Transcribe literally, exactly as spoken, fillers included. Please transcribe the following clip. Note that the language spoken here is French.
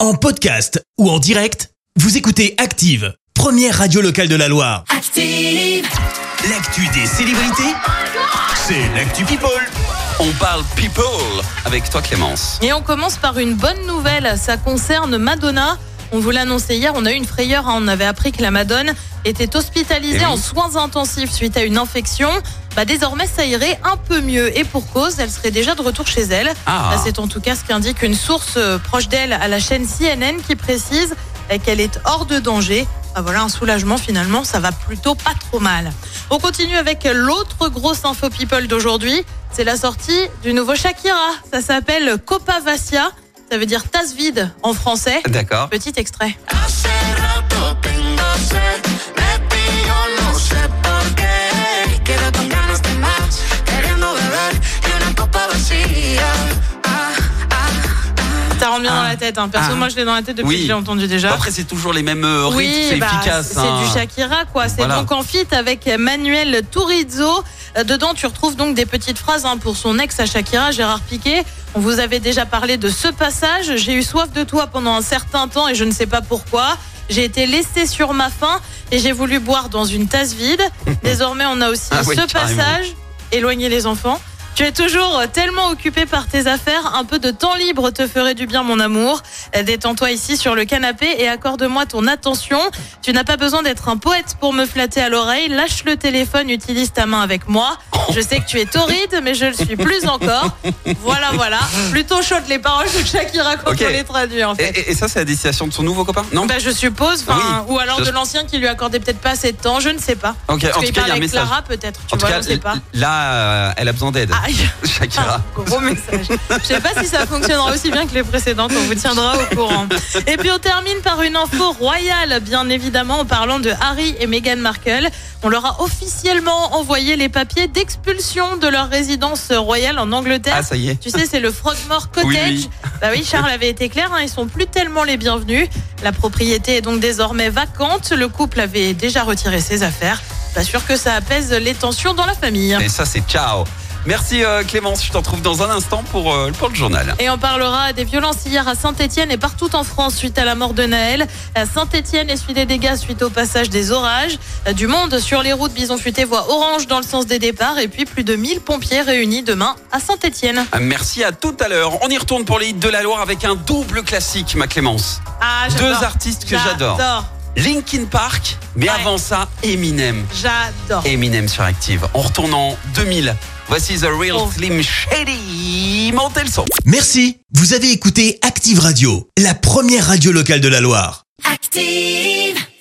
En podcast ou en direct, vous écoutez Active, première radio locale de la Loire. Active. L'actu des célébrités, c'est l'actu People. On parle people avec toi Clémence. Et on commence par une bonne nouvelle, ça concerne Madonna. On vous l'a annoncé hier, on a eu une frayeur, hein. On avait appris que la Madone était hospitalisée oui. en soins intensifs suite à une infection. Bah, désormais, ça irait un peu mieux et pour cause, elle serait déjà de retour chez elle. Ah. Bah, c'est en tout cas ce qu'indique une source proche d'elle à la chaîne C N N qui précise qu'elle est hors de danger. Bah, voilà, un soulagement finalement, ça va plutôt pas trop mal. On continue avec l'autre grosse info people d'aujourd'hui. C'est la sortie du nouveau Shakira. Ça s'appelle Copa Vacía. Ça veut dire tasse vide en français. D'accord. Petit extrait. Ça rentre bien Ah. dans la tête. Hein. Perso, Ah. moi, je l'ai dans la tête depuis Oui. que j'ai entendu déjà. Après, c'est toujours les mêmes euh, rythmes, Oui, c'est bah, efficace. c'est hein. du Shakira, quoi. C'est Voilà. donc en feat avec Manuel Turizo. Euh, Dedans, tu retrouves donc des petites phrases hein, pour son ex à Shakira, Gérard Piqué. On vous avait déjà parlé de ce passage. J'ai eu soif de toi pendant un certain temps et je ne sais pas pourquoi. J'ai été laissée sur ma faim et j'ai voulu boire dans une tasse vide. Désormais, on a aussi Ah ce oui, carrément. passage. Éloigner les enfants. Tu es toujours tellement occupé par tes affaires, un peu de temps libre te ferait du bien, mon amour. Détends-toi ici sur le canapé et accorde-moi ton attention. Tu n'as pas besoin d'être un poète pour me flatter à l'oreille. Lâche le téléphone, utilise ta main avec moi. Je sais que tu es torride, mais je le suis plus encore. Voilà, voilà. Plutôt chaudes les paroles de Shakira quand Ok. on les traduit, en Et, fait. et- et ça, c'est la destination de son nouveau copain? Non? Bah, je suppose, enfin, Oui. ou alors Je- de l'ancien qui lui accordait peut-être pas assez de temps, je ne sais pas. Ok, Parce en qu'il tout cas, parle il y a un avec message. Clara, peut-être, tu En tout vois, cas, je sais pas. là, euh, elle a besoin d'aide. Aïe. Shakira. Un gros message. Je sais pas si ça fonctionnera aussi bien que les précédentes, on vous tiendra au courant. Et puis on termine par une info royale, bien évidemment, en parlant de Harry et Meghan Markle. On leur a officiellement envoyé les papiers d'expulsion de leur résidence royale en Angleterre. Ah, ça y est. Tu sais, c'est le Frogmore Cottage. Oui, oui. Bah oui, Charles avait été clair, hein, ils sont plus tellement les bienvenus. La propriété est donc désormais vacante. Le couple avait déjà retiré ses affaires. Pas sûr que ça apaise les tensions dans la famille. Et ça, c'est ciao. Merci euh, Clémence, je t'en trouve dans un instant pour, euh, pour le journal. Et on parlera des violences hier à Saint-Etienne et partout en France suite à la mort de Naël. À Saint-Etienne essuie des dégâts suite au passage des orages. Du monde sur les routes, Bison Futé voit orange dans le sens des départs. Et puis plus de mille pompiers réunis demain à Saint-Etienne. Merci, à tout à l'heure. On y retourne pour les hits de la Loire avec un double classique, ma Clémence. Ah, Deux artistes que j'adore. J'adore. Linkin Park, mais Ouais. avant ça, Eminem. J'adore. Eminem sur Active. On retourne en deux mille. Voici The Real Oh. Slim Shady. Montez le son. Merci, vous avez écouté Active Radio, la première radio locale de la Loire. Active.